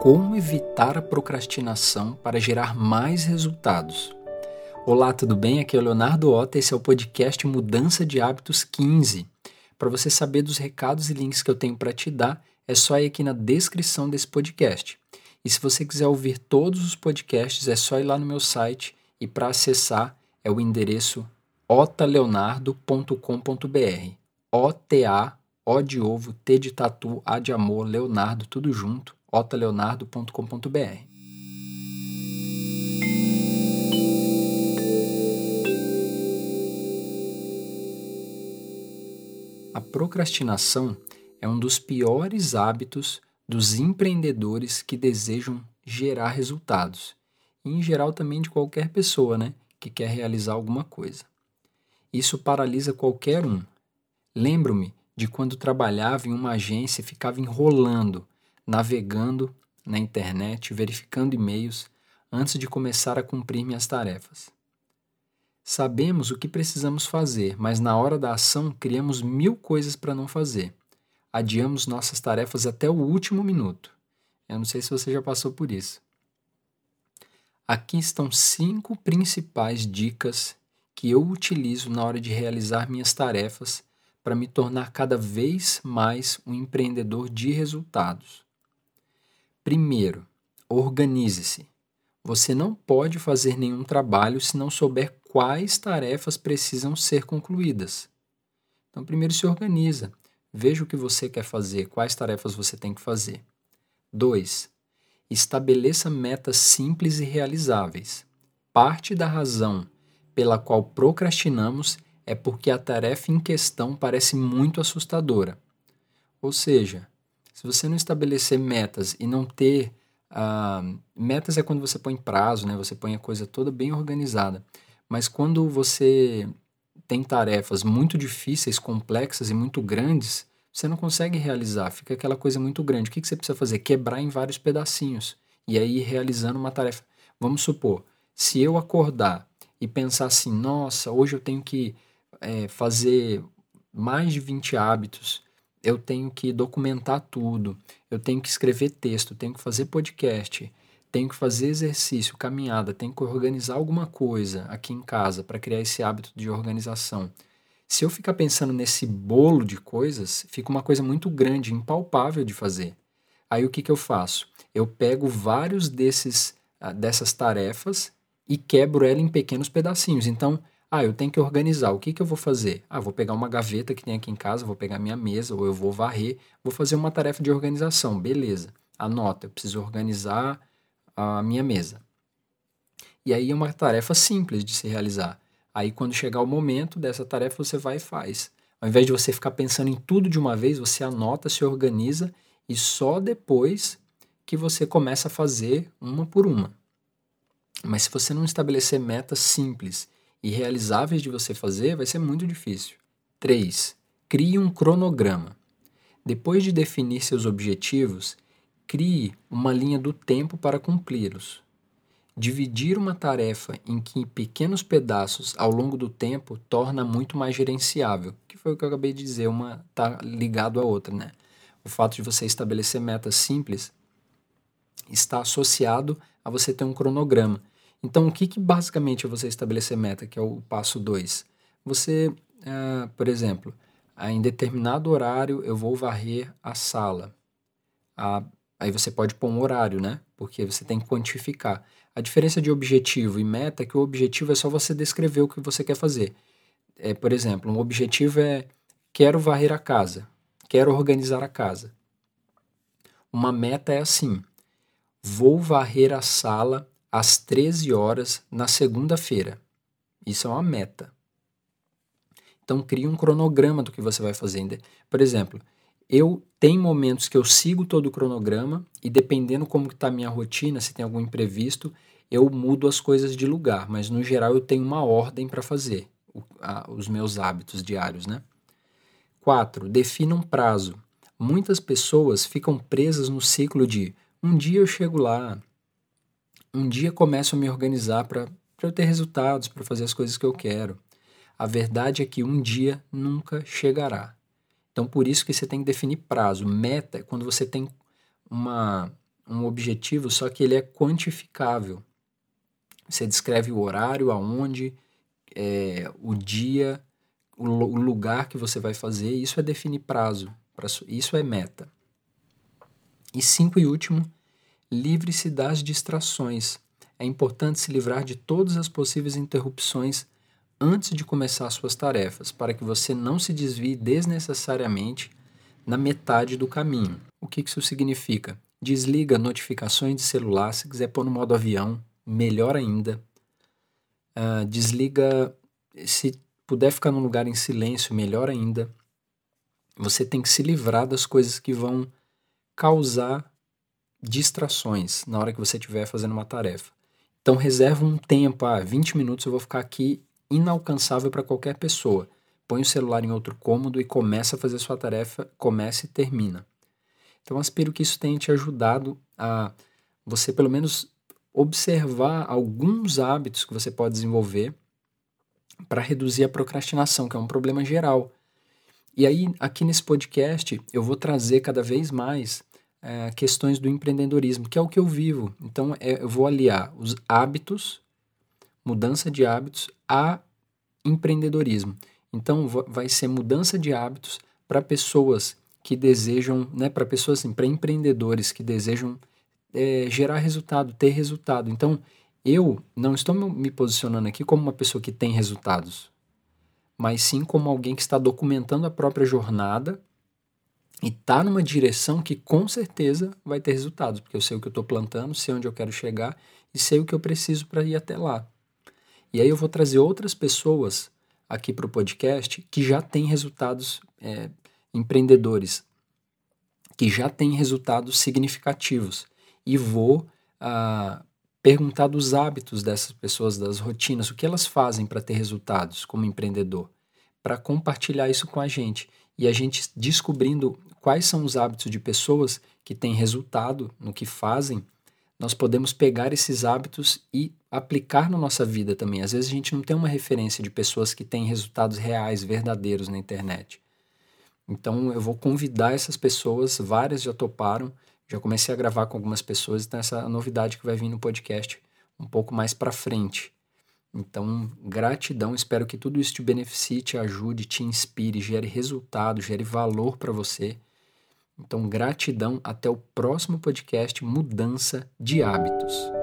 Como evitar a procrastinação para gerar mais resultados? Olá, tudo bem? Aqui é o Leonardo Ota, esse é o podcast Mudança de Hábitos 15. Para você saber dos recados e links que eu tenho para te dar, é só ir aqui na descrição desse podcast. E se você quiser ouvir todos os podcasts, é só ir lá no meu site e para acessar é o endereço otaleonardo.com.br. O-T-A, O de ovo, T de tatu, A de amor, Leonardo, tudo junto, otaleonardo.com.br. A procrastinação é um dos piores hábitos dos empreendedores que desejam gerar resultados. E, em geral, também de qualquer pessoa, que quer realizar alguma coisa. Isso paralisa qualquer um. Lembro-me de quando trabalhava em uma agência e ficava enrolando, navegando na internet, verificando e-mails, antes de começar a cumprir minhas tarefas. Sabemos o que precisamos fazer, mas na hora da ação criamos 1000 coisas para não fazer. Adiamos nossas tarefas até o último minuto. Eu não sei se você já passou por isso. Aqui estão 5 principais dicas que eu utilizo na hora de realizar minhas tarefas para me tornar cada vez mais um empreendedor de resultados. Primeiro, organize-se. Você não pode fazer nenhum trabalho se não souber quais tarefas precisam ser concluídas. Então, primeiro se organiza. Veja o que você quer fazer, quais tarefas você tem que fazer. 2. Estabeleça metas simples e realizáveis. Parte da razão pela qual procrastinamos é porque a tarefa em questão parece muito assustadora. Ou seja, se você não estabelecer metas e não ter... metas é quando você põe prazo, você põe a coisa toda bem organizada. Mas quando você tem tarefas muito difíceis, complexas e muito grandes, você não consegue realizar, fica aquela coisa muito grande. O que você precisa fazer? Quebrar em vários pedacinhos e aí ir realizando uma tarefa. Vamos supor, se eu acordar e pensar assim, nossa, hoje eu tenho que fazer mais de 20 hábitos, eu tenho que documentar tudo, eu tenho que escrever texto, tenho que fazer podcast, tenho que fazer exercício, caminhada, tenho que organizar alguma coisa aqui em casa para criar esse hábito de organização. Se eu ficar pensando nesse bolo de coisas, fica uma coisa muito grande, impalpável de fazer. Aí o que eu faço? Eu pego vários dessas tarefas e quebro ela em pequenos pedacinhos. Então, eu tenho que organizar. O que eu vou fazer? Vou pegar uma gaveta que tem aqui em casa, vou pegar minha mesa, ou eu vou varrer, vou fazer uma tarefa de organização. Beleza. Anota, eu preciso organizar a minha mesa. E aí é uma tarefa simples de se realizar. Aí quando chegar o momento dessa tarefa, você vai e faz. Ao invés de você ficar pensando em tudo de uma vez, você anota, se organiza e só depois que você começa a fazer uma por uma. Mas se você não estabelecer metas simples e realizáveis de você fazer, vai ser muito difícil. 3. Crie um cronograma. Depois de definir seus objetivos, crie uma linha do tempo para cumpri-los. Dividir uma tarefa em pequenos pedaços ao longo do tempo torna muito mais gerenciável, que foi o que eu acabei de dizer, uma está ligado à outra, O fato de você estabelecer metas simples está associado a você ter um cronograma. Então, o que basicamente é você estabelecer meta, que é o passo 2? Você, por exemplo, em determinado horário eu vou varrer a sala. Aí você pode pôr um horário, Porque você tem que quantificar. A diferença de objetivo e meta é que o objetivo é só você descrever o que você quer fazer. Por exemplo, um objetivo é quero varrer a casa, quero organizar a casa. Uma meta é assim, vou varrer a sala às 13 horas na segunda-feira. Isso é uma meta. Então, crie um cronograma do que você vai fazer. Por exemplo, eu tenho momentos que eu sigo todo o cronograma e dependendo como está a minha rotina, se tem algum imprevisto, eu mudo as coisas de lugar. Mas, no geral, eu tenho uma ordem para fazer os meus hábitos diários, 4. Defina um prazo. Muitas pessoas ficam presas no ciclo de um dia eu chego lá, um dia começo a me organizar para eu ter resultados, para fazer as coisas que eu quero. A verdade é que um dia nunca chegará. Então, por isso que você tem que definir prazo. Meta é quando você tem um objetivo, só que ele é quantificável. Você descreve o horário, aonde, o dia, o lugar que você vai fazer. Isso é definir prazo. Isso é meta. E 5 e último, livre-se das distrações. É importante se livrar de todas as possíveis interrupções antes de começar suas tarefas, para que você não se desvie desnecessariamente na metade do caminho. O que isso significa? Desliga notificações de celular, se quiser pôr no modo avião, melhor ainda. Desliga, se puder ficar num lugar em silêncio, melhor ainda. Você tem que se livrar das coisas que vão causar distrações na hora que você estiver fazendo uma tarefa. Então reserva um tempo, 20 minutos eu vou ficar aqui inalcançável para qualquer pessoa. Põe o celular em outro cômodo e começa a fazer sua tarefa, começa e termina. Então aspiro que isso tenha te ajudado a você pelo menos observar alguns hábitos que você pode desenvolver para reduzir a procrastinação, que é um problema geral. E aí, aqui nesse podcast, eu vou trazer cada vez mais questões do empreendedorismo, que é o que eu vivo. Então, eu vou aliar os hábitos, mudança de hábitos, a empreendedorismo. Então, vai ser mudança de hábitos para pessoas que desejam, para pessoas assim, para empreendedores que desejam gerar resultado, ter resultado. Então, eu não estou me posicionando aqui como uma pessoa que tem resultados, mas sim como alguém que está documentando a própria jornada e está numa direção que com certeza vai ter resultados, porque eu sei o que eu estou plantando, sei onde eu quero chegar e sei o que eu preciso para ir até lá. E aí eu vou trazer outras pessoas aqui para o podcast que já têm resultados, empreendedores, que já têm resultados significativos. E vou perguntar dos hábitos dessas pessoas, das rotinas, o que elas fazem para ter resultados como empreendedor, para compartilhar isso com a gente. E a gente descobrindo quais são os hábitos de pessoas que têm resultado no que fazem, nós podemos pegar esses hábitos e aplicar na nossa vida também. Às vezes a gente não tem uma referência de pessoas que têm resultados reais, verdadeiros na internet. Então eu vou convidar essas pessoas, várias já toparam, já comecei a gravar com algumas pessoas, então essa novidade que vai vir no podcast um pouco mais para frente. Então, gratidão, espero que tudo isso te beneficie, te ajude, te inspire, gere resultado, gere valor para você. Então, gratidão, até o próximo podcast Mudança de Hábitos.